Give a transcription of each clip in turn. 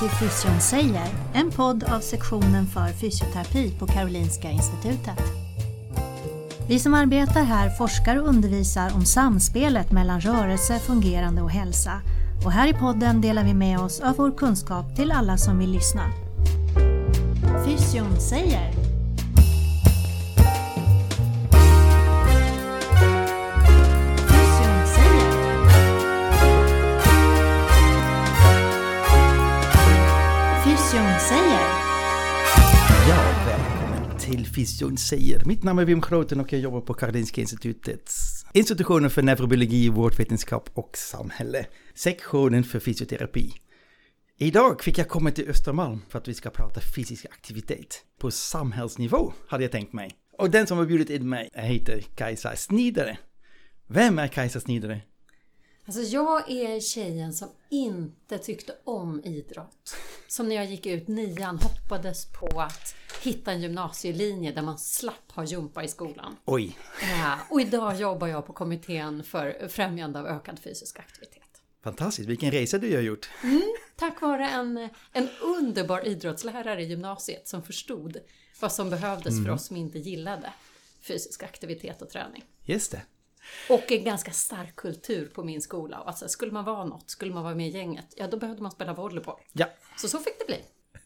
till Fysion säger, en podd av sektionen för fysioterapi på Karolinska institutet. Vi som arbetar här forskar och undervisar om samspelet mellan rörelse, fungerande och hälsa. Och här i podden delar vi med oss av vår kunskap till alla som vill lyssna. Fysion säger. Fysion säger. Fysion säger. Ja, välkommen till Fysion säger. Mitt namn är Wim Groten och jag jobbar på Karolinska institutets institutionen för neurobiologi, vårdvetenskap och samhälle. Sektionen för fysioterapi. Idag fick jag komma till Östermalm för att vi ska prata fysisk aktivitet på samhällsnivå, hade jag tänkt mig. Och den som har bjudit in mig heter Kajsa Snidare. Vem är Kajsa Snidare? Alltså jag är tjejen som inte tyckte om idrott. Som när jag gick ut 9:an hoppades på att hitta en gymnasielinje där man slapp ha jumpa i skolan. Oj. Ja, och idag jobbar jag på kommittén för främjande av ökad fysisk aktivitet. Fantastiskt, vilken resa du har gjort. Tack vare en underbar idrottslärare i gymnasiet som förstod vad som behövdes för oss som inte gillade fysisk aktivitet och träning. Just det. Och en ganska stark kultur på min skola. Alltså, skulle man vara något, skulle man vara med i gänget, ja då behövde man spela volleyboll. Ja. Så fick det bli.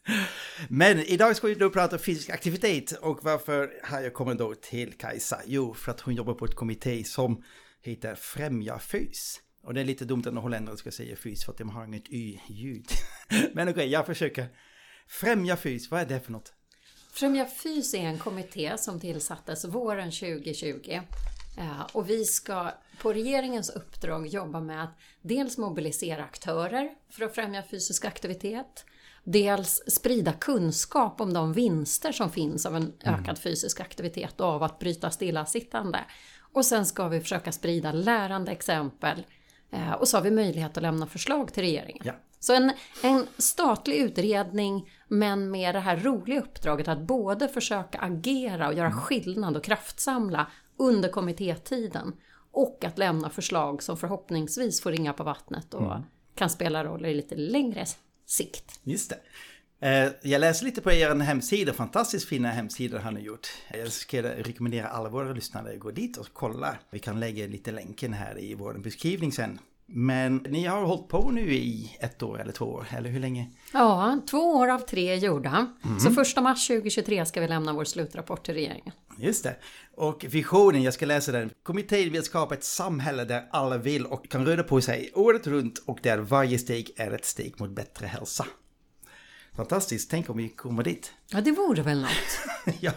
Men idag ska vi då prata fysisk aktivitet. Och varför har jag kommit då till Kajsa? Jo, för att hon jobbar på ett kommitté som heter Främja Fys. Och det är lite dumt när holländare ska säga fys för att de har inget y-ljud. Men okej, jag försöker. Främja Fys, vad är det för något? Främja Fys är en kommitté som tillsattes våren 2020. Och vi ska på regeringens uppdrag jobba med att dels mobilisera aktörer för att främja fysisk aktivitet. Dels sprida kunskap om de vinster som finns av en ökad fysisk aktivitet och av att bryta stillasittande. Och sen ska vi försöka sprida lärande exempel. Och så har vi möjlighet att lämna förslag till regeringen. Ja. Så en statlig utredning, men med det här roliga uppdraget att både försöka agera och göra skillnad och kraftsamla under kommittétiden. Och att lämna förslag som förhoppningsvis får ringa på vattnet och kan spela roller i lite längre sikt. Just det. Jag läser lite på er hemsida, fantastiskt fina hemsidor har ni gjort. Jag ska rekommendera alla våra lyssnare att gå dit och kolla. Vi kan lägga lite länken här i vår beskrivning sen. Men ni har hållit på nu i 1 år eller 2 år, eller hur länge? Ja, 2 år av 3 gjorda. Så 1 mars 2023 ska vi lämna vår slutrapport till regeringen. Just det. Och visionen, jag ska läsa den. Kommittén vill skapa ett samhälle där alla vill och kan röra på sig året runt och där varje steg är ett steg mot bättre hälsa. Fantastiskt, tänk om vi kommer dit. Ja, det vore väl något. Ja,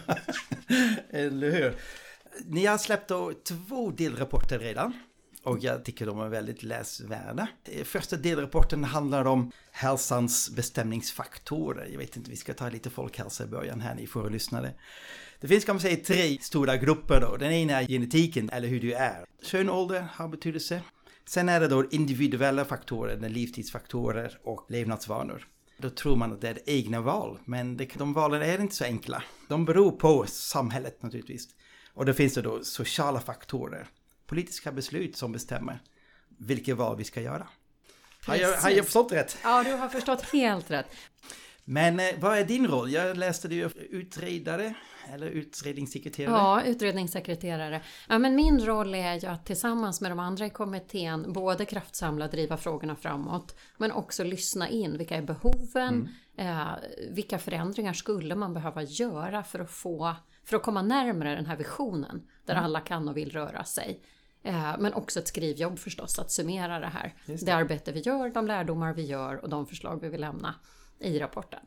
eller hur? Ni har släppt då 2 delrapporter redan. Och jag tycker de är väldigt läsvärda. Första delrapporten handlar om hälsans bestämningsfaktorer. Jag vet inte, vi ska ta lite folkhälsa i början här, ni får lyssnare. Det finns, kan man säga, 3 stora grupper då. Den ena är genetiken, eller hur du är. Kön och ålder har betydelse. Sen är det då individuella faktorer, livstidsfaktorer och levnadsvanor. Då tror man att det är egna val, men de valen är inte så enkla. De beror på samhället naturligtvis. Och det finns det då sociala faktorer. Politiska beslut som bestämmer vilka val vi ska göra. Har jag förstått rätt? Ja, du har förstått helt rätt. Men vad är din roll? Jag läste du utredare eller utredningssekreterare? Ja, utredningssekreterare. Ja, men min roll är ju att tillsammans med de andra i kommittén både kraftsamla och driva frågorna framåt. Men också lyssna in. Vilka är behoven? Vilka förändringar skulle man behöva göra för att komma närmare den här visionen där alla kan och vill röra sig. Men också ett skrivjobb förstås, att summera det här. Det arbete vi gör, de lärdomar vi gör och de förslag vi vill lämna i rapporten.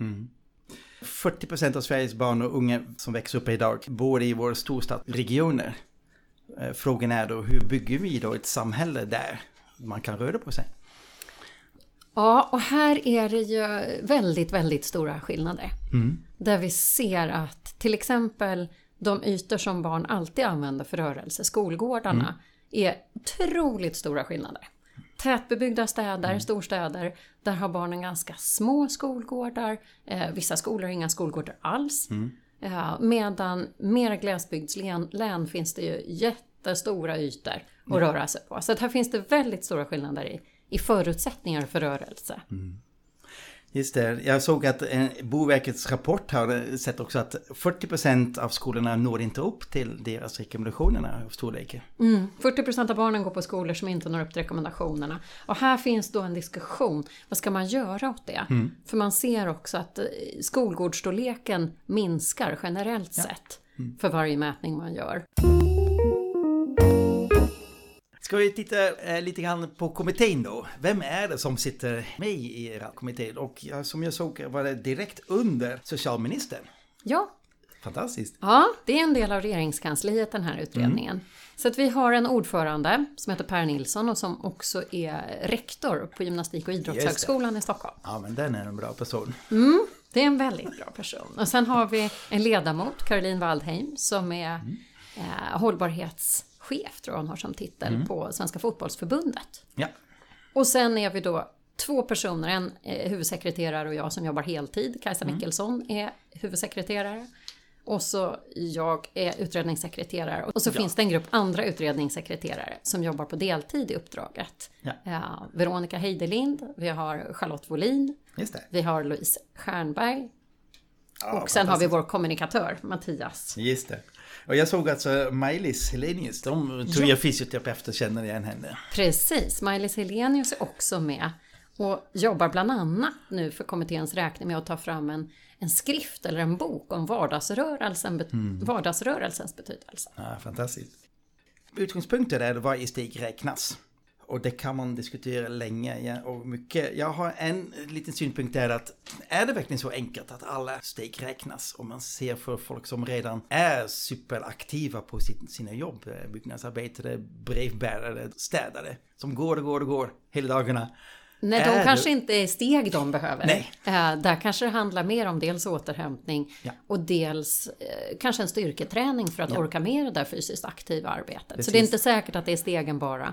40% av Sveriges barn och unga som växer upp idag bor i våra storstadsregioner. Frågan är då, hur bygger vi då ett samhälle där man kan röra på sig? Ja, och här är det ju väldigt, väldigt stora skillnader. Där vi ser att till exempel de ytor som barn alltid använder för rörelse, skolgårdarna, är otroligt stora skillnader. Tätbebyggda städer, storstäder, där har barnen ganska små skolgårdar. Vissa skolor har inga skolgårdar alls. Medan mer glesbygdslän finns det ju jättestora ytor att röra sig på. Så här finns det väldigt stora skillnader i förutsättningar för rörelse. Just det. Jag såg att Boverkets rapport har sett också att 40% av skolorna når inte upp till deras rekommendationerna av storleken. 40% av barnen går på skolor som inte når upp till rekommendationerna. Och här finns då en diskussion. Vad ska man göra åt det? För man ser också att skolgårdsstorleken minskar generellt sett för varje mätning man gör. Ska vi titta lite grann på kommittén då? Vem är det som sitter med i era kommitté? Och som jag såg var det direkt under socialministern. Ja. Fantastiskt. Ja, det är en del av regeringskansliet den här utredningen. Så att vi har en ordförande som heter Per Nilsson och som också är rektor på Gymnastik- och idrottshögskolan i Stockholm. Ja, men den är en bra person. Det är en väldigt bra person. Och sen har vi en ledamot, Caroline Waldheim, som är hållbarhetschef, tror jag hon har som titel, på Svenska fotbollsförbundet. Ja. Och sen är vi då 2 personer, en huvudsekreterare och jag som jobbar heltid. Kajsa Mikkelsson är huvudsekreterare. Och så jag är utredningssekreterare. Och så finns det en grupp andra utredningssekreterare som jobbar på deltid i uppdraget. Ja. Veronica Heidelind, vi har Charlotte Wåhlin, Just det. vi har Louise Stjernberg. Ja, och sen har vi vår kommunikatör, Mattias. Just det. Och jag såg att Maj-Lis Helenius, de tror jag fysioterapeuter känner igen henne. Precis, Maj-Lis Helenius är också med. Och jobbar bland annat nu för kommitténs räkning med att ta fram en skrift eller en bok om vardagsrörelsens betydelse. Ja, fantastiskt. Utgångspunkter är varje steg räknas. Och det kan man diskutera länge och mycket. Jag har en liten synpunkt där att är det verkligen så enkelt att alla steg räknas? Om man ser för folk som redan är superaktiva på sina jobb, byggnadsarbetare, brevbärare, städare, som går hela dagarna. Nej, de kanske inte är steg de behöver. Nej. Där kanske det handlar mer om dels återhämtning och dels kanske en styrketräning för att orka med det där fysiskt aktiva arbetet. Precis. Så det är inte säkert att det är stegen bara.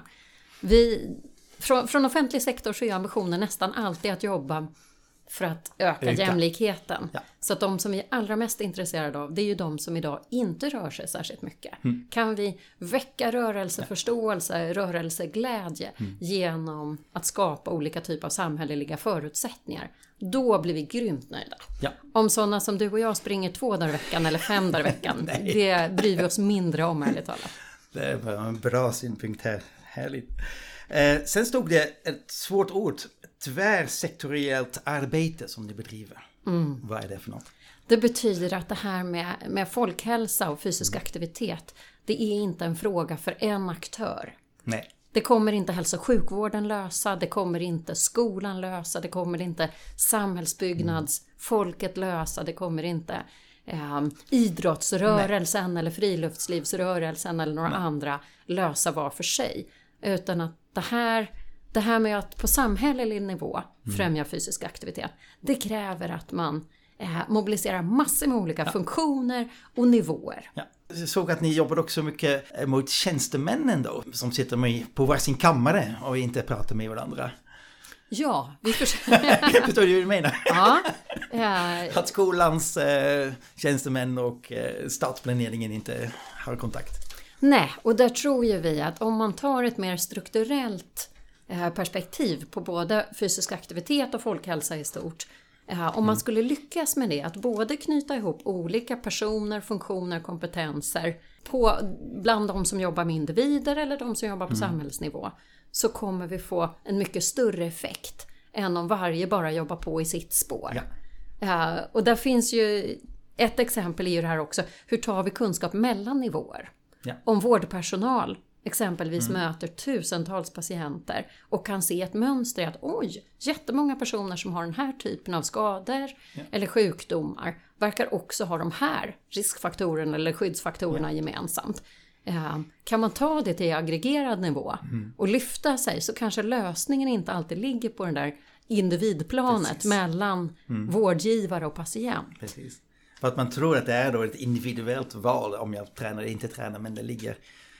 Från offentlig sektor så är ambitionen nästan alltid att jobba för att öka jämlikheten. Ja. Så att de som vi är allra mest intresserade av, det är ju de som idag inte rör sig särskilt mycket. Kan vi väcka rörelseförståelse, rörelseglädje genom att skapa olika typer av samhälleliga förutsättningar, då blir vi grymt nöjda. Ja. Om sådana som du och jag springer 2 dagar i veckan eller 5 dagar i veckan, det bryr vi oss mindre om, ärligt talat. Det var en bra synpunkt här. Härligt. Sen stod det ett svårt ord, tvärsektoriellt arbete som ni bedriver. Vad är det för något? Det betyder att det här med folkhälsa och fysisk aktivitet, det är inte en fråga för en aktör. Nej. Det kommer inte hälso- och sjukvården lösa, det kommer inte skolan lösa, det kommer inte samhällsbyggnadsfolket lösa, det kommer inte idrottsrörelsen eller friluftslivsrörelsen eller några andra lösa var för sig. Utan att det här med att på samhällelig nivå främja fysisk aktivitet, det kräver att man mobiliserar massor med olika funktioner och nivåer. Ja. Jag såg att ni jobbar också mycket mot tjänstemännen då, som sitter med på varsin kammare och inte pratar med varandra. Ja, vi förstår du vad du menar? Ja. Att skolans tjänstemän och stadsplaneringen inte har kontakt. Nej, och där tror ju vi att om man tar ett mer strukturellt perspektiv på både fysisk aktivitet och folkhälsa i stort, om man skulle lyckas med det, att både knyta ihop olika personer, funktioner, kompetenser bland de som jobbar med individer eller de som jobbar på samhällsnivå, så kommer vi få en mycket större effekt än om varje bara jobbar på i sitt spår. Ja. Och där finns ju ett exempel i det här också. Hur tar vi kunskap mellan nivåer? Ja. Om vårdpersonal exempelvis möter tusentals patienter och kan se ett mönster i att jättemånga personer som har den här typen av skador eller sjukdomar verkar också ha de här riskfaktorerna eller skyddsfaktorerna gemensamt. Kan man ta det till aggregerad nivå och lyfta sig, så kanske lösningen inte alltid ligger på den där individplanet mellan vårdgivare och patient. Precis. För att man tror att det är då ett individuellt val om jag tränar eller inte tränar, men det ligger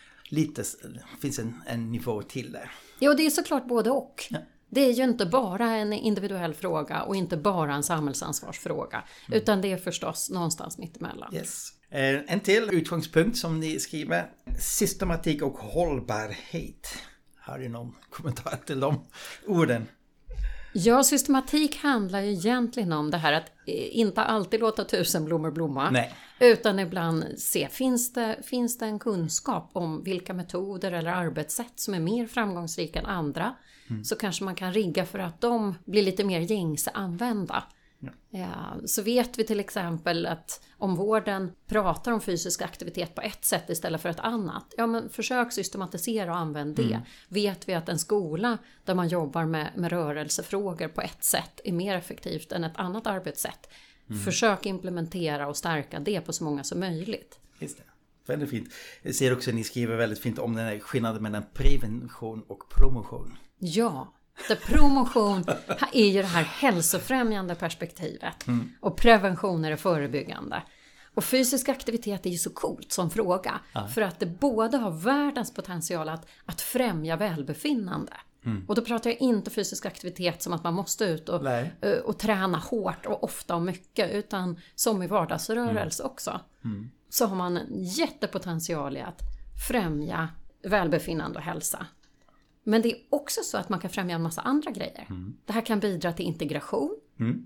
finns en nivå till där. Ja, det är såklart både och. Ja. Det är ju inte bara en individuell fråga och inte bara en samhällsansvarsfråga, utan det är förstås någonstans mittemellan. Yes. En till utgångspunkt som ni skriver, systematik och hållbarhet. Har du någon kommentar till de orden? Ja, systematik handlar ju egentligen om det här att inte alltid låta 1000 blommor blomma. Nej. Utan ibland se, finns det en kunskap om vilka metoder eller arbetssätt som är mer framgångsrika än andra. Så kanske man kan rigga för att de blir lite mer gängse använda. Ja, så vet vi till exempel att om vården pratar om fysisk aktivitet på ett sätt istället för ett annat, ja men försök systematisera och använd det. Vet vi att en skola där man jobbar med rörelsefrågor på ett sätt är mer effektivt än ett annat arbetssätt, försök implementera och stärka det på så många som möjligt. Just det. Väldigt fint. Jag ser också att ni skriver väldigt fint om den här skillnaden mellan prevention och promotion. Ja, promotion är ju det här hälsofrämjande perspektivet och prevention är det förebyggande. Och fysisk aktivitet är ju så coolt som fråga för att det både har världens potential att främja välbefinnande. Och då pratar jag inte fysisk aktivitet som att man måste ut och träna hårt och ofta och mycket, utan som i vardagsrörelse också. Så har man en jättepotential i att främja välbefinnande och hälsa. Men det är också så att man kan främja en massa andra grejer. Det här kan bidra till integration.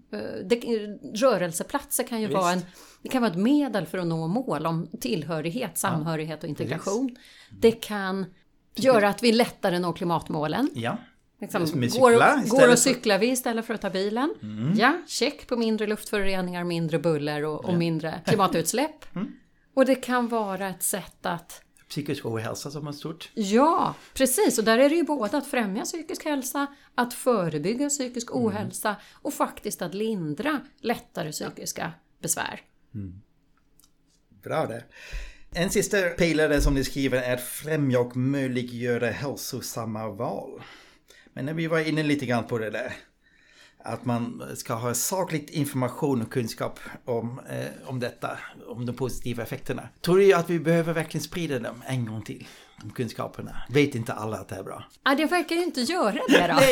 Rörelseplatser kan ju vara ett medel för att nå mål om tillhörighet, samhörighet och integration. Det kan göra att vi lättare når klimatmålen. Ja. Liksom, går och cyklar vi istället för att ta bilen. Ja, check på mindre luftföroreningar, mindre buller och mindre klimatutsläpp. Och det kan vara ett sätt att psykisk ohälsa som är stort. Ja, precis. Och där är det ju både att främja psykisk hälsa, att förebygga psykisk ohälsa och faktiskt att lindra lättare psykiska besvär. Bra det. En sista pelare som ni skriver är att främja och möjliggöra hälsosamma val. Men när vi var inne lite grann på det där, att man ska ha sakligt information och kunskap om detta, om de positiva effekterna. Tror du att vi behöver verkligen sprida dem en gång till, de kunskaperna? Vet inte alla att det är bra? Ja, det verkar ju inte göra det då.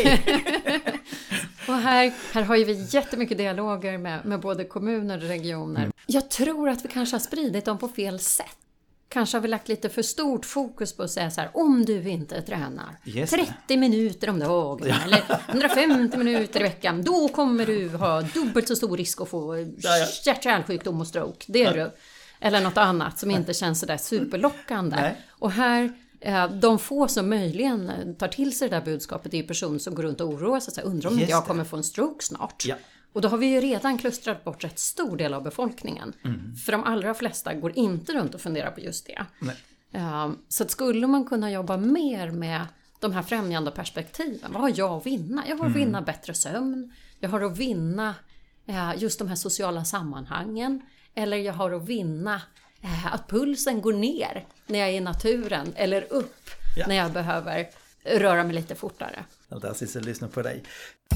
Och här har ju vi jättemycket dialoger med både kommuner och regioner. Jag tror att vi kanske har spridit dem på fel sätt. Kanske har vi lagt lite för stort fokus på att säga så här, om du inte tränar 30 minuter om dagen eller 150 minuter i veckan, då kommer du ha dubbelt så stor risk att få hjärt-kärlsjukdom och stroke. Det är du. Eller något annat som inte känns så där superlockande. Nej. Och här, de få som möjligen tar till sig det där budskapet är ju personer som går runt och oroar sig. Undrar om inte jag kommer få en stroke snart. Ja. Och då har vi ju redan klustrat bort rätt stor del av befolkningen. För de allra flesta går inte runt och funderar på just det. Så att skulle man kunna jobba mer med de här främjande perspektiven. Vad har jag att vinna? Jag har att vinna bättre sömn. Jag har att vinna just de här sociala sammanhangen. Eller jag har att vinna att pulsen går ner när jag är i naturen. Eller upp när jag behöver röra mig lite fortare. Fantastiskt att lyssna på dig.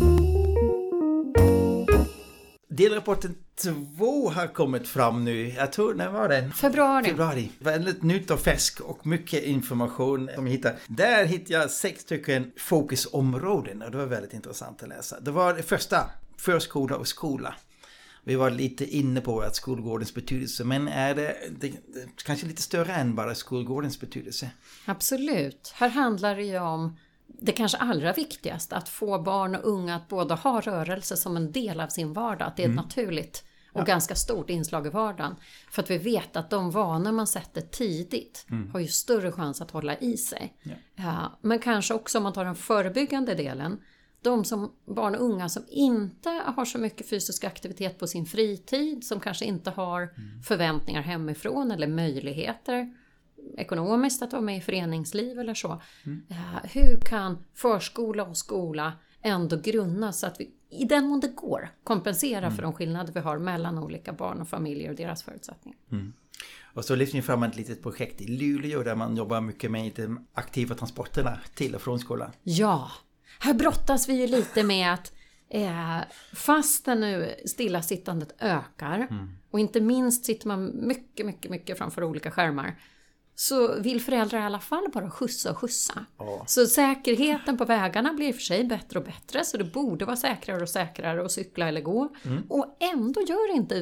Delrapporten 2 har kommit fram nu. Jag tror, när var det? Februari. Väldigt nytt och färsk och mycket information som jag hittade. Där hittade jag 6 fokusområden och det var väldigt intressant att läsa. Det var det första, förskola och skola. Vi var lite inne på att skolgårdens betydelse, men är det kanske lite större än bara skolgårdens betydelse? Absolut. Här handlar det ju om det kanske allra viktigaste, att få barn och unga att både ha rörelse som en del av sin vardag. Att det är ett naturligt och ganska stort inslag i vardagen. För att vi vet att de vanor man sätter tidigt har ju större chans att hålla i sig. Men kanske också om man tar den förebyggande delen. De som barn och unga som inte har så mycket fysisk aktivitet på sin fritid. Som kanske inte har förväntningar hemifrån eller möjligheter ekonomiskt att vara med i föreningsliv eller så. Hur kan förskola och skola ändå grunna så att vi i den mån det går kompensera för de skillnader vi har mellan olika barn och familjer och deras förutsättningar. Och så lyfter ni fram ett litet projekt i Luleå där man jobbar mycket med de aktiva transporterna till och från skolan. Ja, här brottas vi ju lite med att fastän nu stillasittandet ökar och inte minst sitter man mycket framför olika skärmar, så vill föräldrar i alla fall bara skjutsa. Så säkerheten på vägarna blir för sig bättre och bättre. Så det borde vara säkrare och säkrare att cykla eller gå. Och ändå gör inte vi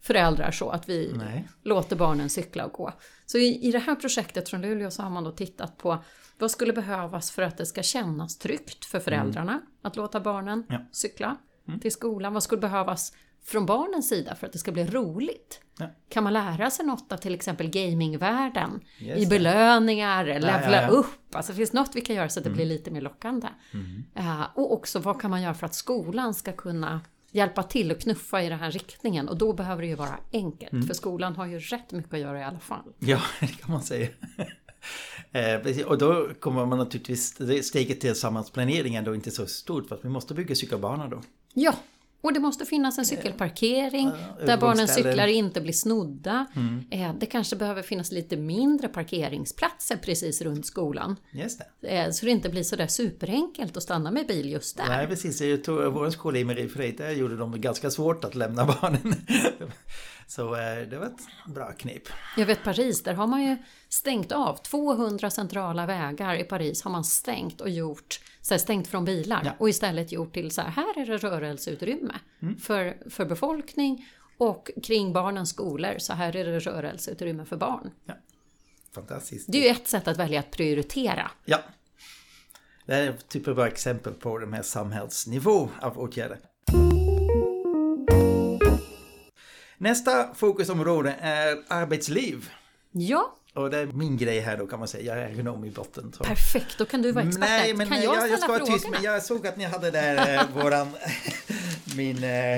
föräldrar så att vi låter barnen cykla och gå. Så i det här projektet från Luleå så har man då tittat på vad skulle behövas för att det ska kännas tryggt för föräldrarna att låta barnen cykla till skolan. Vad skulle behövas från barnens sida för att det ska bli roligt? Ja. Kan man lära sig något av till exempel gamingvärlden i belöningar, levla upp? Alltså finns något vi kan göra så att det blir lite mer lockande. Och också vad kan man göra för att skolan ska kunna hjälpa till och knuffa i den här riktningen. Och då behöver det ju vara enkelt. För skolan har ju rätt mycket att göra i alla fall. Ja, det kan man säga. Och då kommer man naturligtvis, steget till samhällsplaneringen då inte så stort för att vi måste bygga cykelbanor då. Ja, och det måste finnas en cykelparkering där barnen cyklar inte blir snodda. Det kanske behöver finnas lite mindre parkeringsplatser precis runt skolan. Just det. Så det inte blir så där superenkelt att stanna med bil just där. Nej, precis. Jag tror vår skola i Mariefred, där gjorde de ganska svårt att lämna barnen. Så det var ett bra knep. Jag vet Paris, där har man ju stängt av 200 centrala vägar i Paris har man stängt och gjort så här, stängt från bilar och istället gjort till så här är det rörelseutrymme för befolkning och kring barnens skolor så här är det rörelseutrymme för barn. Ja. Fantastiskt. Det är ju ett sätt att välja att prioritera. Ja. Det är ett typ av exempel på de här samhällsnivå av åtgärder. Nästa fokusområde är arbetsliv. Ja. Och det är min grej här då kan man säga. Jag är ekonom i botten. Så. Perfekt, då kan du vara expert. Nej, men kan jag ska vara tyst, men jag såg att ni hade där min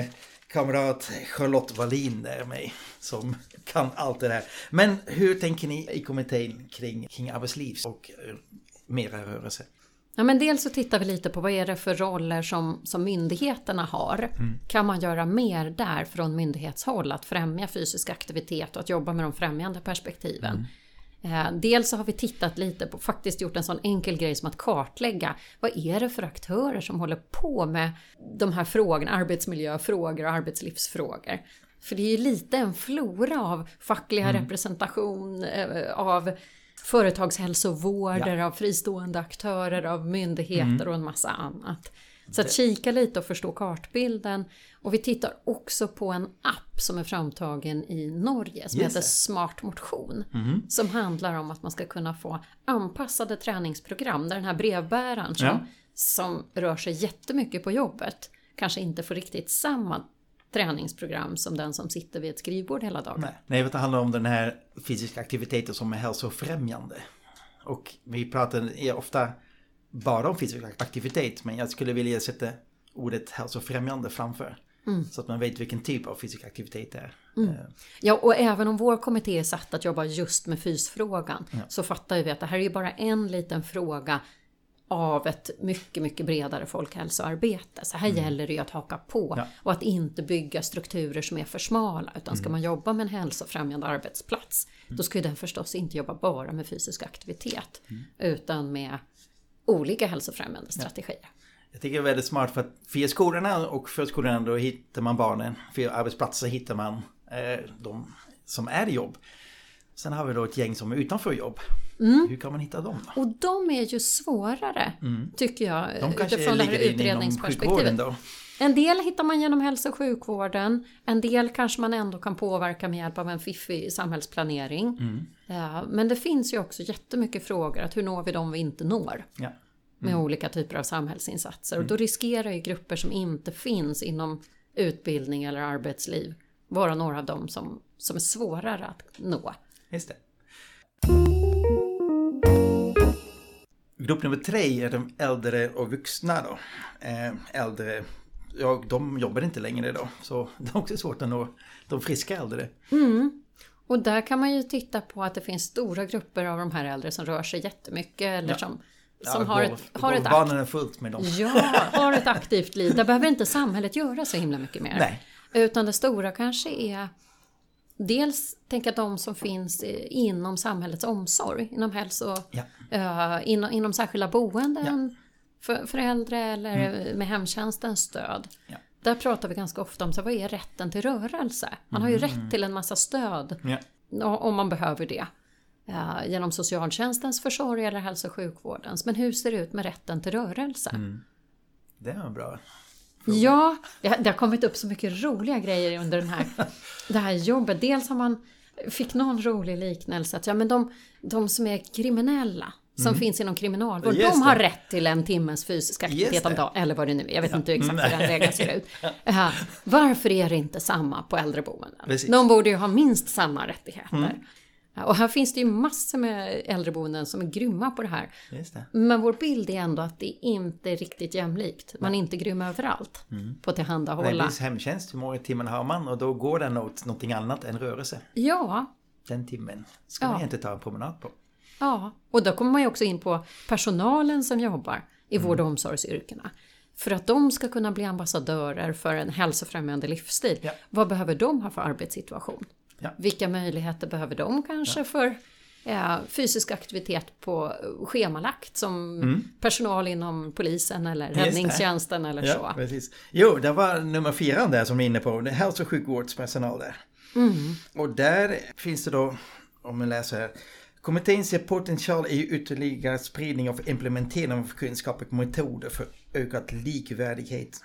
kamrat Charlotte Wallin där med som kan allt det där. Men hur tänker ni i kommittén kring arbetsliv och mera rörelse? Ja, men dels så tittar vi lite på vad är det för roller som myndigheterna har. Kan man göra mer där från myndighetshåll att främja fysisk aktivitet och att jobba med de främjande perspektiven. Dels så har vi tittat lite på, faktiskt gjort en sån enkel grej som att kartlägga vad är det för aktörer som håller på med de här frågorna, arbetsmiljöfrågor och arbetslivsfrågor. För det är ju lite en flora av fackliga representation, av företagshälsovårder, av fristående aktörer, av myndigheter och en massa annat. Så att kika lite och förstå kartbilden. Och vi tittar också på en app som är framtagen i Norge som heter Smart Motion. Som handlar om att man ska kunna få anpassade träningsprogram där den här brevbäraren som rör sig jättemycket på jobbet kanske inte får riktigt samma träningsprogram som den som sitter vid ett skrivbord hela dagen. Nej, det handlar om den här fysiska aktiviteten som är hälsofrämjande. Och vi pratar ofta bara om fysisk aktivitet, men jag skulle vilja sätta ordet hälsofrämjande framför. Så att man vet vilken typ av fysisk aktivitet det är. Ja, och även om vår kommitté är satt att jobba just med fysfrågan så fattar vi att det här är ju bara en liten fråga av ett mycket, mycket bredare folkhälsoarbete. Så här gäller det ju att haka på och att inte bygga strukturer som är för smala, utan ska man jobba med en hälsofrämjande arbetsplats då ska ju den förstås inte jobba bara med fysisk aktivitet utan med olika hälsofrämjande strategier. Jag tycker det är väldigt smart för att för skolorna och förskolorna då hittar man barnen, för arbetsplatser hittar man de som är i jobb. Sen har vi då ett gäng som är utanför jobb. Hur kan man hitta dem då? Och de är ju svårare, tycker jag, de utifrån det här utredningsperspektivet. En del hittar man genom hälso- och sjukvården. En del kanske man ändå kan påverka med hjälp av en fiffig samhällsplanering. Men det finns ju också jättemycket frågor. Att hur når vi dem vi inte når? Med olika typer av samhällsinsatser. Och då riskerar ju grupper som inte finns inom utbildning eller arbetsliv vara några av dem som är svårare att nå. Just det. Grupp nummer 3 är de äldre och vuxna då. Äldre, de jobbar inte längre då. Så det är också svårt att nå de friska äldre. Och där kan man ju titta på att det finns stora grupper av de här äldre som rör sig jättemycket. Eller som har ett fullt med dem. Har ett aktivt liv. Där behöver inte samhället göra så himla mycket mer. Nej. Utan det stora kanske är dels tänka att de som finns inom samhällets omsorg, inom inom särskilda boenden för äldre eller med hemtjänstens stöd. Där pratar vi ganska ofta om vad är rätten till rörelse. Man har ju rätt till en massa stöd om man behöver det. Genom socialtjänstens försorg eller hälso- och sjukvårdens. Men hur ser det ut med rätten till rörelse? Det är bra. Ja, det har kommit upp så mycket roliga grejer under det här jobbet. Dels har man fick någon rolig liknelse att men de som är kriminella som finns inom kriminalvård, de har rätt till 1 timmes fysisk aktivitet om dagen, eller vad det nu är. Jag vet inte exakt hur den regeln ser ut. Varför är det inte samma på äldreboenden? Precis. De borde ju ha minst samma rättigheter. Och här finns det ju massor med äldreboenden som är grymma på det här. Just det. Men vår bild är ändå att det inte är riktigt jämlikt. Man är inte grym överallt på att tillhandahålla. Det är hemtjänst, hur många timmar har man? Och då går den åt någonting annat än rörelse. Ja. Den timmen ska man inte ta en promenad på. Ja, och då kommer man ju också in på personalen som jobbar i vård- och omsorgsyrkena. För att de ska kunna bli ambassadörer för en hälsofrämjande livsstil. Ja. Vad behöver de ha för arbetssituation? Ja. Vilka möjligheter behöver de kanske för fysisk aktivitet på schemalagt som personal inom polisen eller räddningstjänsten eller så? Precis. Jo, det var nummer 4 där som är inne på. Det är hälso- och sjukvårdspersonal där. Och där finns det då, om man läser här, kommittén ser potential i ytterligare spridning av implementering av kunskap och metoder för ökad likvärdighet.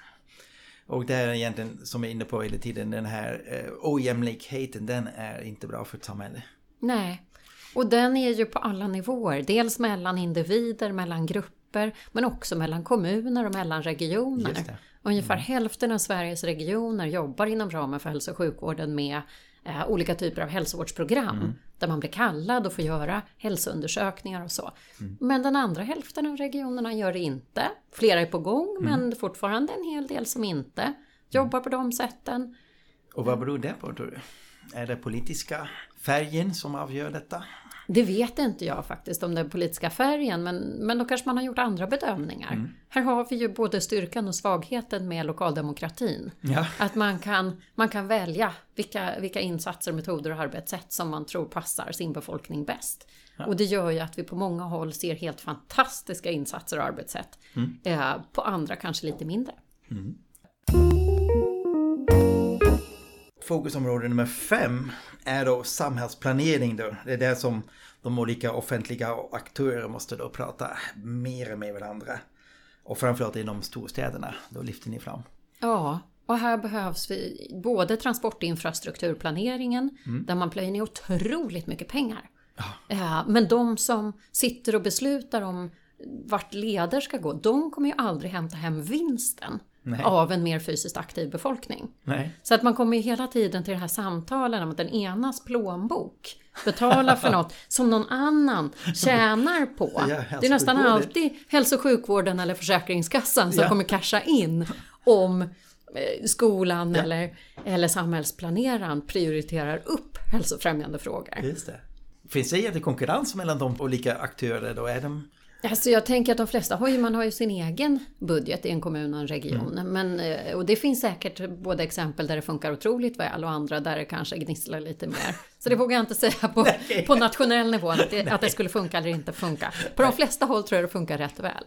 Och det är egentligen, som jag är inne på hela tiden, den här ojämlikheten, den är inte bra för ett samhälle. Nej, och den är ju på alla nivåer. Dels mellan individer, mellan grupper, men också mellan kommuner och mellan regioner. Ungefär hälften av Sveriges regioner jobbar inom ramen för hälso- och sjukvården med olika typer av hälsovårdsprogram där man blir kallad och får göra hälsoundersökningar och så. Men den andra hälften av regionerna gör det inte. Flera är på gång, men fortfarande en hel del som inte jobbar på de sätten. Och vad beror det på, tror du? Är det politiska färgen som avgör detta? Det vet inte jag faktiskt om den politiska färgen, men då kanske man har gjort andra bedömningar. Här har vi ju både styrkan och svagheten med lokaldemokratin. Ja. Att man kan välja vilka insatser, metoder och arbetssätt som man tror passar sin befolkning bäst. Ja. Och det gör ju att vi på många håll ser helt fantastiska insatser och arbetssätt. På andra kanske lite mindre. Fokusområde nummer 5 är då samhällsplanering då. Det är det som de olika offentliga aktörer måste då prata mer med varandra. Och framförallt inom storstäderna, då lyfter ni fram. Ja, och här behövs vi både transportinfrastrukturplaneringen, där man plöjer ner otroligt mycket pengar. Men de som sitter och beslutar om vart leder ska gå, de kommer ju aldrig hämta hem vinsten. Nej. Av en mer fysiskt aktiv befolkning. Nej. Så att man kommer ju hela tiden till det här samtalen om att den enas plånbok betalar för något som någon annan tjänar på. Det är nästan alltid hälso- och sjukvården eller försäkringskassan som kommer casha in om skolan eller samhällsplaneraren prioriterar upp hälsofrämjande frågor. Just det. Finns det egentligen konkurrens mellan de olika aktörer då? Är de... Alltså jag tänker att de flesta man har ju sin egen budget i en kommun och en region. Och det finns säkert både exempel där det funkar otroligt väl och andra där det kanske gnisslar lite mer. Så det vågar jag inte säga på nationell nivå att det skulle funka eller inte funka. På de flesta håll tror jag det funkar rätt väl.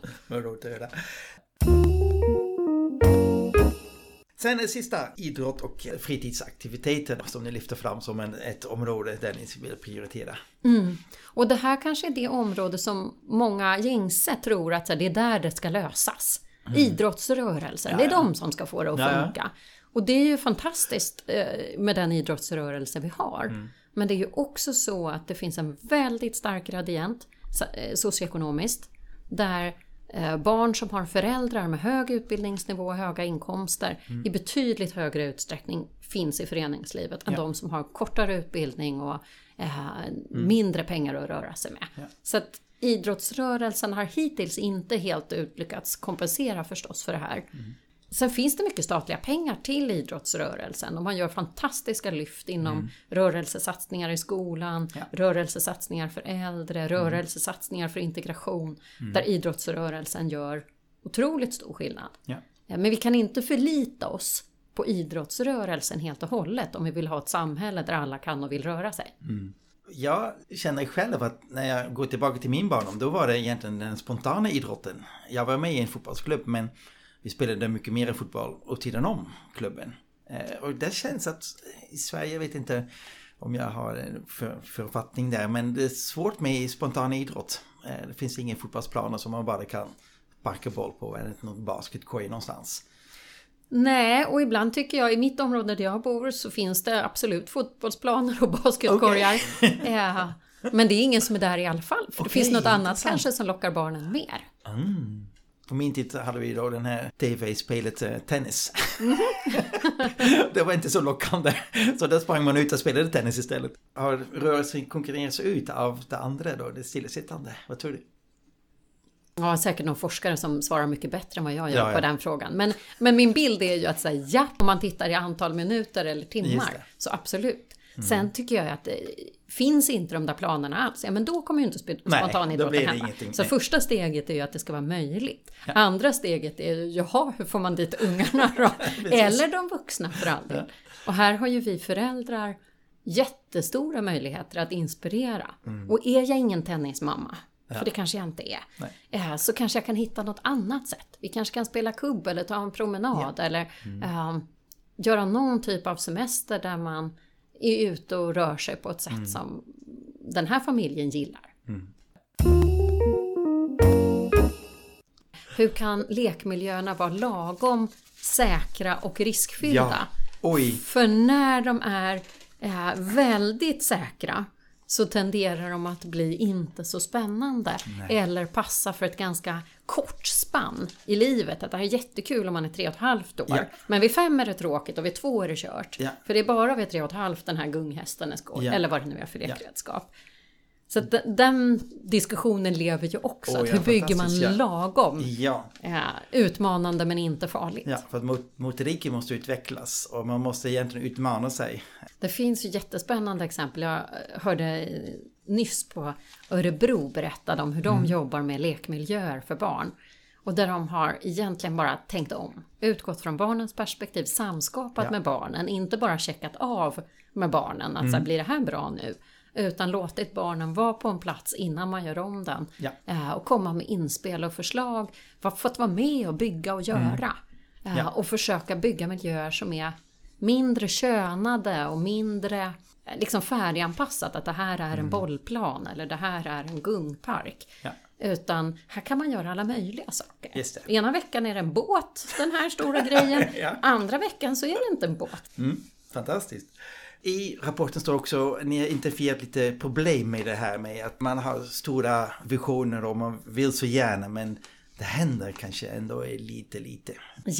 Sen är sista idrott och fritidsaktiviteter som ni lyfter fram som ett område där ni vill prioritera. Och det här kanske är det område som många gängse tror att det är där det ska lösas. Idrottsrörelsen, det är de som ska få det att funka. Och det är ju fantastiskt med den idrottsrörelse vi har. Men det är ju också så att det finns en väldigt stark gradient socioekonomiskt där barn som har föräldrar med hög utbildningsnivå och höga inkomster i betydligt högre utsträckning finns i föreningslivet än de som har kortare utbildning och mindre pengar att röra sig med. Så att idrottsrörelsen har hittills inte helt lyckats kompensera förstås för det här. Sen finns det mycket statliga pengar till idrottsrörelsen och man gör fantastiska lyft inom rörelsesatsningar i skolan, rörelsesatsningar för äldre, rörelsesatsningar för integration, där idrottsrörelsen gör otroligt stor skillnad. Men vi kan inte förlita oss på idrottsrörelsen helt och hållet om vi vill ha ett samhälle där alla kan och vill röra sig. Jag känner själv att när jag går tillbaka till min barndom, då var det egentligen den spontana idrotten. Jag var med i en fotbollsklubb, men vi spelade mycket mer fotboll och sidan om klubben. Och det känns att i Sverige, jag vet inte om jag har en författning där, men det är svårt med spontan idrott. Det finns ingen fotbollsplaner som man bara kan parka boll på eller någon basketkorg någonstans. Nej, och ibland tycker jag i mitt område där jag bor så finns det absolut fotbollsplaner och basketkorgar. Ja, men det är ingen som är där i alla fall. För det finns något annat kanske som lockar barnen mer. På min tid hade vi då den här tv-spelet tennis. Det var inte så lockande. Så där sprang man ut och spelade tennis istället. Har rörelsen konkurrerats ut av det andra då, det stillasittande? Vad tror du? Ja, säkert någon forskare som svarar mycket bättre än vad jag gör på den frågan. Men min bild är ju att säga ja, om man tittar i antal minuter eller timmar, så absolut. Sen tycker jag att det finns inte de där planerna alls. Ja, men då kommer ju inte spontanidrotten hända. Så första steget är ju att det ska vara möjligt. Ja. Andra steget är ju, hur får man dit ungarna då? Eller de vuxna för all del. Och här har ju vi föräldrar jättestora möjligheter att inspirera. Och är jag ingen tennismamma, för det kanske jag inte är, så kanske jag kan hitta något annat sätt. Vi kanske kan spela kubb eller ta en promenad eller göra någon typ av semester där man är ute och rör sig på ett sätt som den här familjen gillar. Hur kan lekmiljöerna vara lagom säkra och riskfyllda? För när de är väldigt säkra så tenderar de att bli inte så spännande. Eller passa för ett ganska kort spann i livet. Att det här är jättekul om man är 3,5 år. Men vid 5 är det tråkigt och vid 2 är det kört. För det är bara vid 3,5 den här gunghästen är skoj. Eller vad det nu är för lekredskap. Så att den diskussionen lever ju också. Hur bygger man lagom? Utmanande men inte farligt. Ja, för att motoriken måste utvecklas och man måste egentligen utmana sig. Det finns ju jättespännande exempel. Jag hörde nyss på Örebro berättade om hur de jobbar med lekmiljöer för barn. Och där de har egentligen bara tänkt om. Utgått från barnens perspektiv, samskapat med barnen. Inte bara checkat av med barnen att så här, blir det här bra nu? Utan låtit barnen vara på en plats innan man gör om den. Och komma med inspel och förslag. För att vara med och bygga och göra. Och försöka bygga miljöer som är mindre könade och mindre liksom färdiganpassat. Att det här är en bollplan eller det här är en gungpark. Utan här kan man göra alla möjliga saker. Ena veckan är det en båt, den här stora grejen. Andra veckan så är det inte en båt. Fantastiskt. I rapporten står också, ni har identifierat lite problem med det här med att man har stora visioner och man vill så gärna, men det händer kanske ändå lite.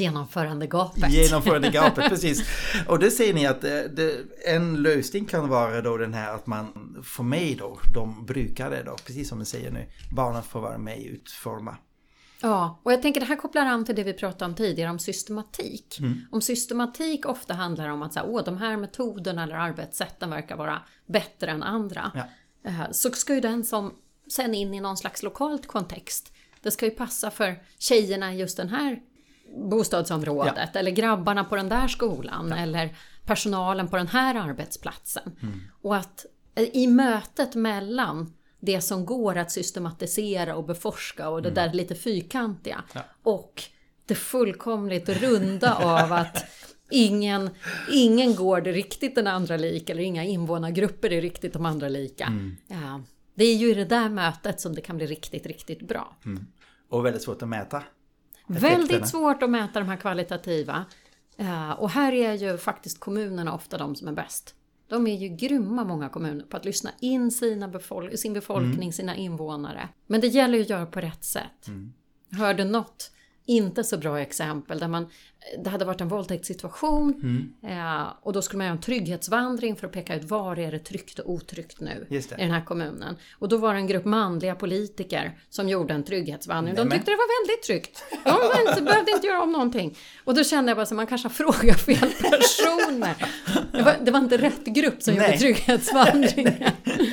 Genomförandegapet, precis. Och det säger ni att en lösning kan vara då den här att man får med då de brukare då, precis som ni säger nu, barnen får vara med och utforma. Ja, och jag tänker det här kopplar an till det vi pratade om tidigare om systematik. Om systematik ofta handlar om att så här, de här metoderna eller arbetssätten verkar vara bättre än andra. Så ska ju den som sen in i någon slags lokalt kontext. Det ska ju passa för tjejerna i just den här bostadsområdet. Eller grabbarna på den där skolan. Eller personalen på den här arbetsplatsen. Och att i mötet mellan det som går att systematisera och beforska och det där lite fyrkantiga och det fullkomligt runda av att ingen går det riktigt den andra lika eller inga invånargrupper är riktigt de andra lika. Det är ju i det där mötet som det kan bli riktigt, riktigt bra. Och väldigt svårt att mäta. Väldigt svårt att mäta de här kvalitativa. Och här är ju faktiskt kommunerna ofta de som är bäst. De är ju grymma många kommuner på att lyssna in sin befolkning, sina invånare. Men det gäller ju att göra på rätt sätt. Jag hörde något inte så bra exempel där det hade varit en våldtäktssituation och då skulle man göra en trygghetsvandring för att peka ut var är det tryggt och otryggt nu i den här kommunen. Och då var det en grupp manliga politiker som gjorde en trygghetsvandring. De tyckte det var väldigt tryggt. De behövde inte göra om någonting. Och då kände jag bara att man kanske frågar fel personer. Det var inte rätt grupp som gjorde trygghetsvandringen.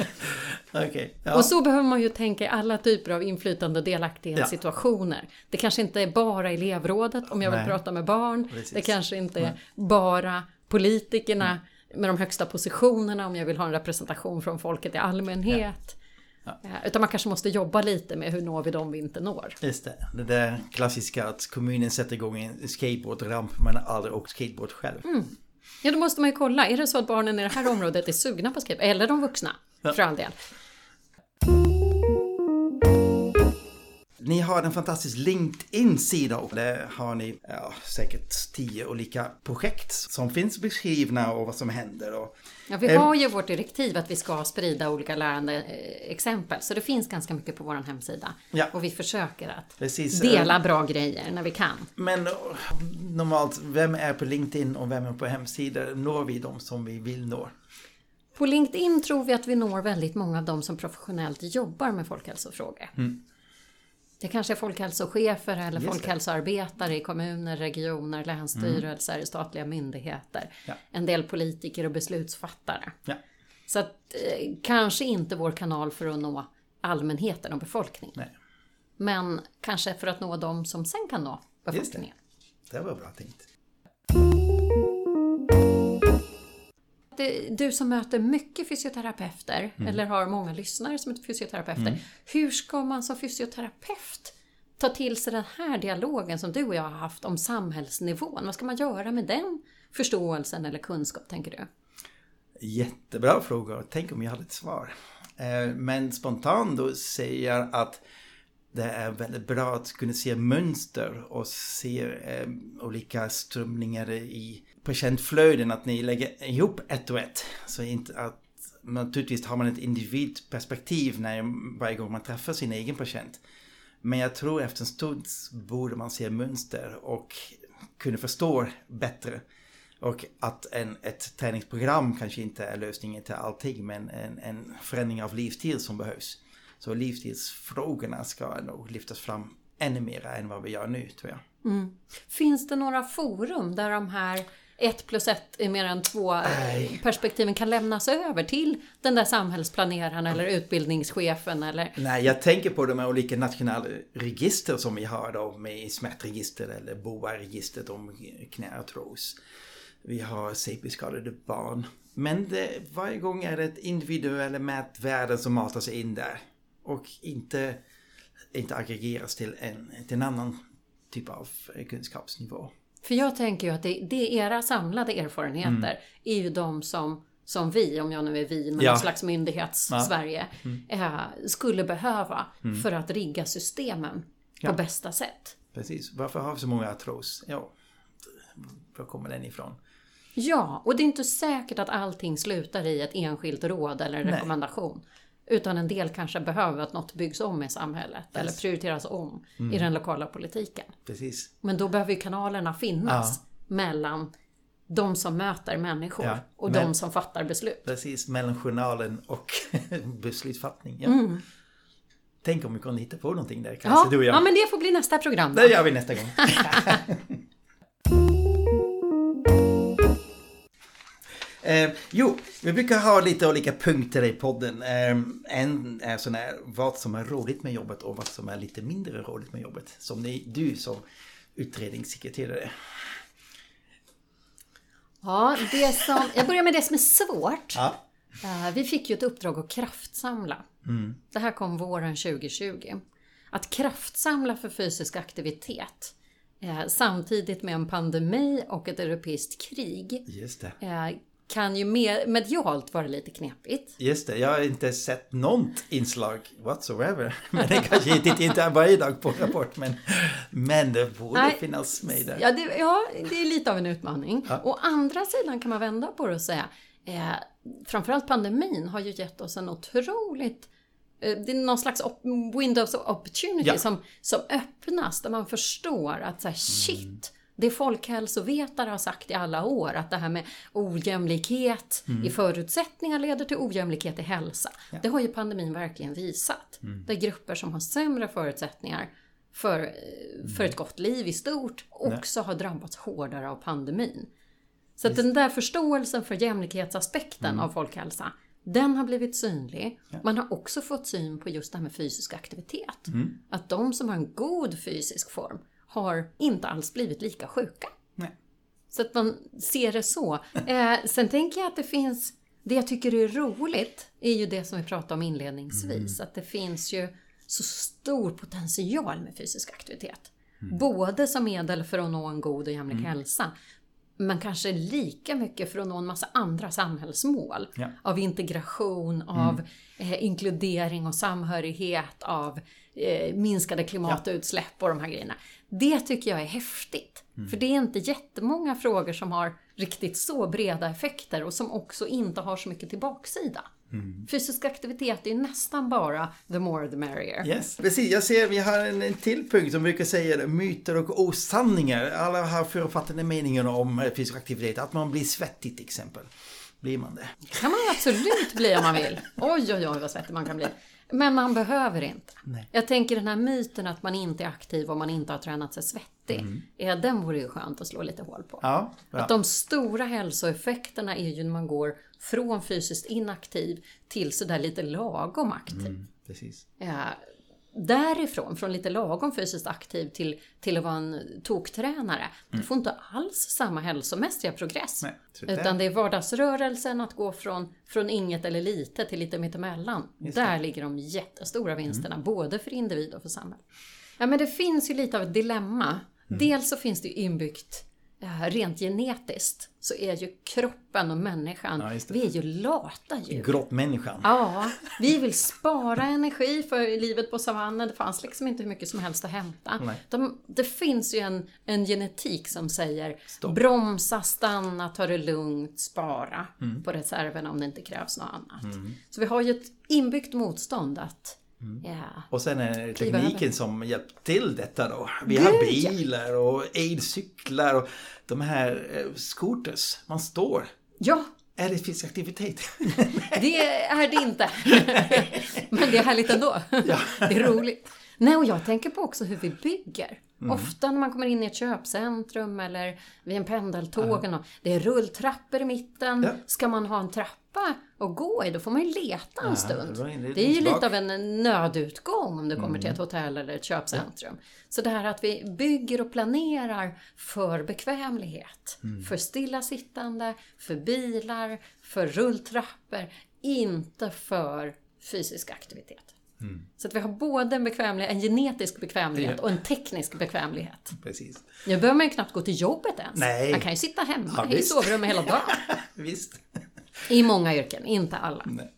Och så behöver man ju tänka i alla typer av inflytande och delaktighetssituationer. Det kanske inte är bara elevrådet om jag vill prata med barn. Det kanske inte är bara politikerna med de högsta positionerna om jag vill ha en representation från folket i allmänhet. Utan man kanske måste jobba lite med hur når vi dem vi inte når. Just det där klassiska att kommunen sätter igång en skateboardramp men aldrig åkt skateboard själv. Ja, då måste man ju kolla. Är det så att barnen i det här området är sugna på skateboard? Eller de vuxna, för all del. Ni har en fantastisk LinkedIn-sida och där har ni säkert 10 olika projekt som finns beskrivna och vad som händer. Och, ja, vi har ju vårt direktiv att vi ska sprida olika lärande exempel. Så det finns ganska mycket på vår hemsida. Ja. Och vi försöker att dela bra grejer när vi kan. Men normalt, vem är på LinkedIn och vem är på hemsidor? Når vi dem som vi vill nå? På LinkedIn tror vi att vi når väldigt många av dem som professionellt jobbar med folkhälsofrågor. Det kanske är folkhälsochefer eller folkhälsoarbetare i kommuner, regioner, länsstyrelser, statliga myndigheter. Ja. En del politiker och beslutsfattare. Ja. Så att, kanske inte vår kanal för att nå allmänheten och befolkningen. Nej. Men kanske för att nå dem som sen kan nå befolkningen. Det var bra tänkt. Du som möter mycket fysioterapeuter eller har många lyssnare som är fysioterapeuter. Hur ska man som fysioterapeut ta till sig den här dialogen som du och jag har haft om samhällsnivån? Vad ska man göra med den förståelsen eller kunskap, tänker du? Jättebra fråga. Tänk om jag hade ett svar. Men spontant då säger jag att det är väldigt bra att kunna se mönster och se olika strömningar i patientflöden, att ni lägger ihop ett och ett. Så inte att, naturligtvis har man ett individperspektiv varje gång man träffar sin egen patient. Men jag tror efter en stund borde man se mönster och kunna förstå bättre. Och att ett träningsprogram kanske inte är lösningen till allting, men en förändring av livsstil som behövs. Så livsstilsfrågorna ska nog lyftas fram ännu mer än vad vi gör nu, tror jag. Finns det några forum där de här 1+1 är mer än 2 perspektiven kan lämnas över till den där samhällsplaneraren eller utbildningschefen? Eller? Nej, jag tänker på de olika nationella register som vi har då, med smärtregister eller BOA-registret om knäartros. Vi har CP-skadade barn. Men varje gång är det ett individuella mätvärden som matas in där. Och inte aggregeras till en annan typ av kunskapsnivå. För jag tänker ju att det är era samlade erfarenheter är ju de som vi, om jag nu är vi, med någon slags myndighets-Sverige, skulle behöva för att rigga systemen på bästa sätt. Precis. Varför har vi så många artros? Ja, var kommer den ifrån? Ja, och det är inte säkert att allting slutar i ett enskilt råd eller en rekommendation. Utan en del kanske behöver att något byggs om i samhället eller prioriteras om i den lokala politiken. Precis. Men då behöver ju kanalerna finnas mellan de som möter människor och de som fattar beslut. Precis, mellan journalen och beslutsfattning. Ja. Tänk om vi kunde hitta på någonting där. Kanske du och jag. Ja, men det får bli nästa program då. Det gör vi nästa gång. Vi brukar ha lite olika punkter i podden. En är sån här, vad som är roligt med jobbet och vad som är lite mindre roligt med jobbet. Som du som utredningssekreterare. Ja, jag börjar med det som är svårt. Ja. Vi fick ju ett uppdrag att kraftsamla. Det här kom våren 2020. Att kraftsamla för fysisk aktivitet. Samtidigt med en pandemi och ett europeiskt krig. Just det. Kan ju medialt vara lite knepigt. Just det, jag har inte sett något inslag whatsoever. Men det kanske inte varje dag på Rapport, men det borde finnas med där. Ja, det är lite av en utmaning. Ja. Å andra sidan kan man vända på det och säga, framförallt pandemin har ju gett oss en otroligt, det är någon slags windows of opportunity som öppnas, där man förstår att så här, shit, det folkhälsovetare har sagt i alla år, att det här med ojämlikhet i förutsättningar leder till ojämlikhet i hälsa. Ja. Det har ju pandemin verkligen visat. Det är grupper som har sämre förutsättningar för ett gott liv i stort också har drabbats hårdare av pandemin. Så att den där förståelsen för jämlikhetsaspekten av folkhälsa, den har blivit synlig. Ja. Man har också fått syn på just det här med fysisk aktivitet. Att de som har en god fysisk form har inte alls blivit lika sjuka. Nej. Så att man ser det så. Sen tänker jag att det finns, det jag tycker är roligt är ju det som vi pratade om inledningsvis. Att det finns ju så stor potential med fysisk aktivitet. Både som medel för att nå en god och jämlik hälsa. Men kanske lika mycket för att nå en massa andra samhällsmål. Av integration, av inkludering och samhörighet, av minskade klimatutsläpp och de här grejerna. Det tycker jag är häftigt. För det är inte jättemånga frågor som har riktigt så breda effekter och som också inte har så mycket till baksida. Fysisk aktivitet är nästan bara the more the merrier. Yes. Precis, jag ser vi har en till punkt som brukar säga myter och osanningar. Alla har författade meningen om fysisk aktivitet. Att man blir svettig till exempel. Blir man det? Kan man absolut bli om man vill. Oj vad svettig man kan bli. Men man behöver inte. Nej. Jag tänker den här myten att man inte är aktiv om man inte har tränat sig svettig. Den vore ju skönt att slå lite hål på. Ja. Att de stora hälsoeffekterna är ju när man går från fysiskt inaktiv till sådär lite lagom aktiv. Precis. Därifrån, från lite lagom fysiskt aktiv till att vara en toktränare. Du får inte alls samma hälsomässiga progress. Nej, utan det är vardagsrörelsen att gå från inget eller lite till lite mittemellan. Där ligger de jättestora vinsterna, både för individ och för samhälle. Ja, men det finns ju lite av ett dilemma. Dels så finns det ju inbyggt rent genetiskt så är ju kroppen och människan, vi är ju lata djur. Grottmänniskan. Ja, vi vill spara energi för livet på savannen. Det fanns liksom inte hur mycket som helst att hämta. Det finns ju en genetik som säger bromsa, stanna, ta det lugnt, spara på reserverna om det inte krävs något annat. Så vi har ju ett inbyggt motstånd att och sen är det tekniken som hjälpt till detta då. Vi har bilar och elcyklar och de här scooters. Man står. Ja. Är det fysisk aktivitet? Det är det inte. Men det är härligt ändå. Det är roligt. Nej, och jag tänker på också hur vi bygger. Ofta när man kommer in i ett köpcentrum eller vid en pendeltåg. Det är rulltrappor i mitten. Ska man ha en trappa och gå i, då får man ju leta en stund. Det är ju lite av en nödutgång om du kommer till ett hotell eller ett köpcentrum. Så det här att vi bygger och planerar för bekvämlighet. För stillasittande, för bilar, för rulltrappor. Inte för fysisk aktivitet. Så att vi har både en genetisk bekvämlighet och en teknisk bekvämlighet. Precis. Nu behöver man ju knappt gå till jobbet ens. Nej. Man kan ju sitta hemma i sovrummet hela dagen. Visst. I många yrken, inte alla. Nej.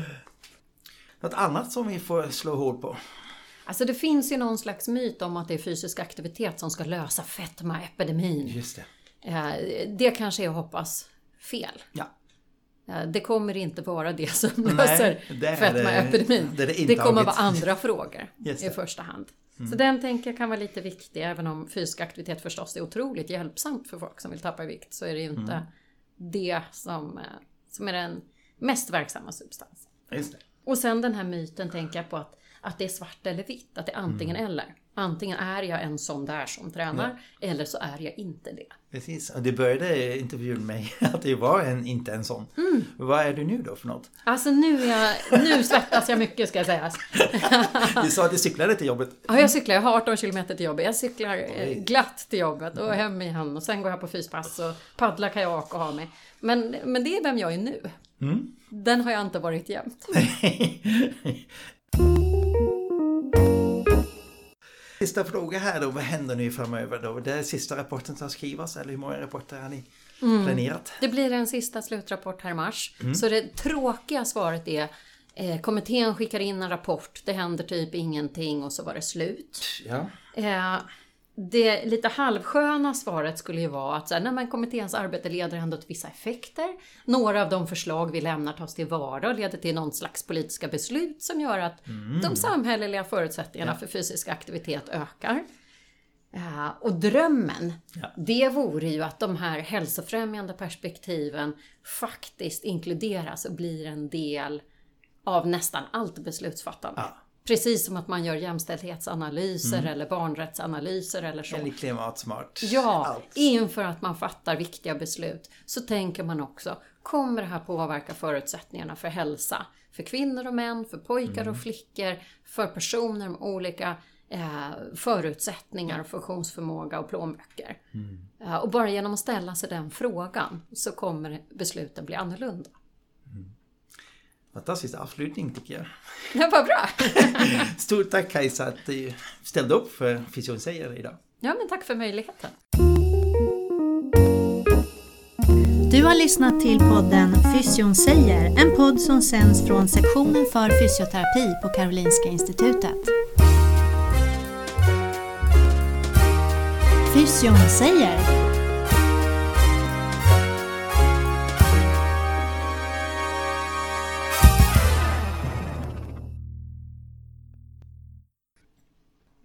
Något annat som vi får slå hål på? Alltså det finns ju någon slags myt om att det är fysisk aktivitet som ska lösa fetmaepidemin. Just det. Det kanske är att hoppas fel. Ja. Det kommer inte vara det som löser fetmaepidemin. Det kommer vara andra frågor i första hand. Så den tänker jag kan vara lite viktig. Även om fysisk aktivitet förstås är otroligt hjälpsamt för folk som vill tappa i vikt. Så är det ju inte det som är den mest verksamma substansen. Just det. Och sen den här myten tänker jag på att det är svart eller vitt. Att det är antingen eller. Antingen är jag en sån där som tränar eller så är jag inte det. Precis, och det började intervjun med att det var inte en sån. Vad är du nu då för något? Alltså nu svettas jag mycket ska jag säga. Du sa att du cyklade till jobbet. Ja, jag cyklar. Jag har 18 kilometer till jobbet. Jag cyklar glatt till jobbet och hem igen. Och sen går jag på fyspass och paddlar kajak och har mig. Men det är vem jag är nu. Den har jag inte varit jämt. Sista fråga här då, vad händer nu framöver då? Det är sista rapporten som skrivas, eller hur många rapporter har ni planerat? Det blir en sista slutrapport här i mars. Så det tråkiga svaret är kommittén skickar in en rapport, det händer typ ingenting och så var det slut. Ja. Det lite halvsköna svaret skulle ju vara att kommitténs arbete leder ändå till vissa effekter. Några av de förslag vi lämnar tas till vara och leder till någon slags politiska beslut som gör att de samhälleliga förutsättningarna för fysisk aktivitet ökar. Och drömmen, det vore ju att de här hälsofrämjande perspektiven faktiskt inkluderas och blir en del av nästan allt beslutsfattande. Ja. Precis som att man gör jämställdhetsanalyser eller barnrättsanalyser eller så. Eller klimatsmart. Ja, allt. Inför att man fattar viktiga beslut så tänker man också, kommer det här påverka förutsättningarna för hälsa? För kvinnor och män, för pojkar och flickor, för personer med olika förutsättningar och funktionsförmåga och plånböcker. Och bara genom att ställa sig den frågan så kommer besluten bli annorlunda. Fantastisk avslutning tycker jag. Det var bra. Stort tack Kajsa att du ställde upp för Fysion säger idag. Ja, men tack för möjligheten. Du har lyssnat till podden Fysion säger, en podd som sänds från sektionen för fysioterapi på Karolinska institutet. Fysion säger.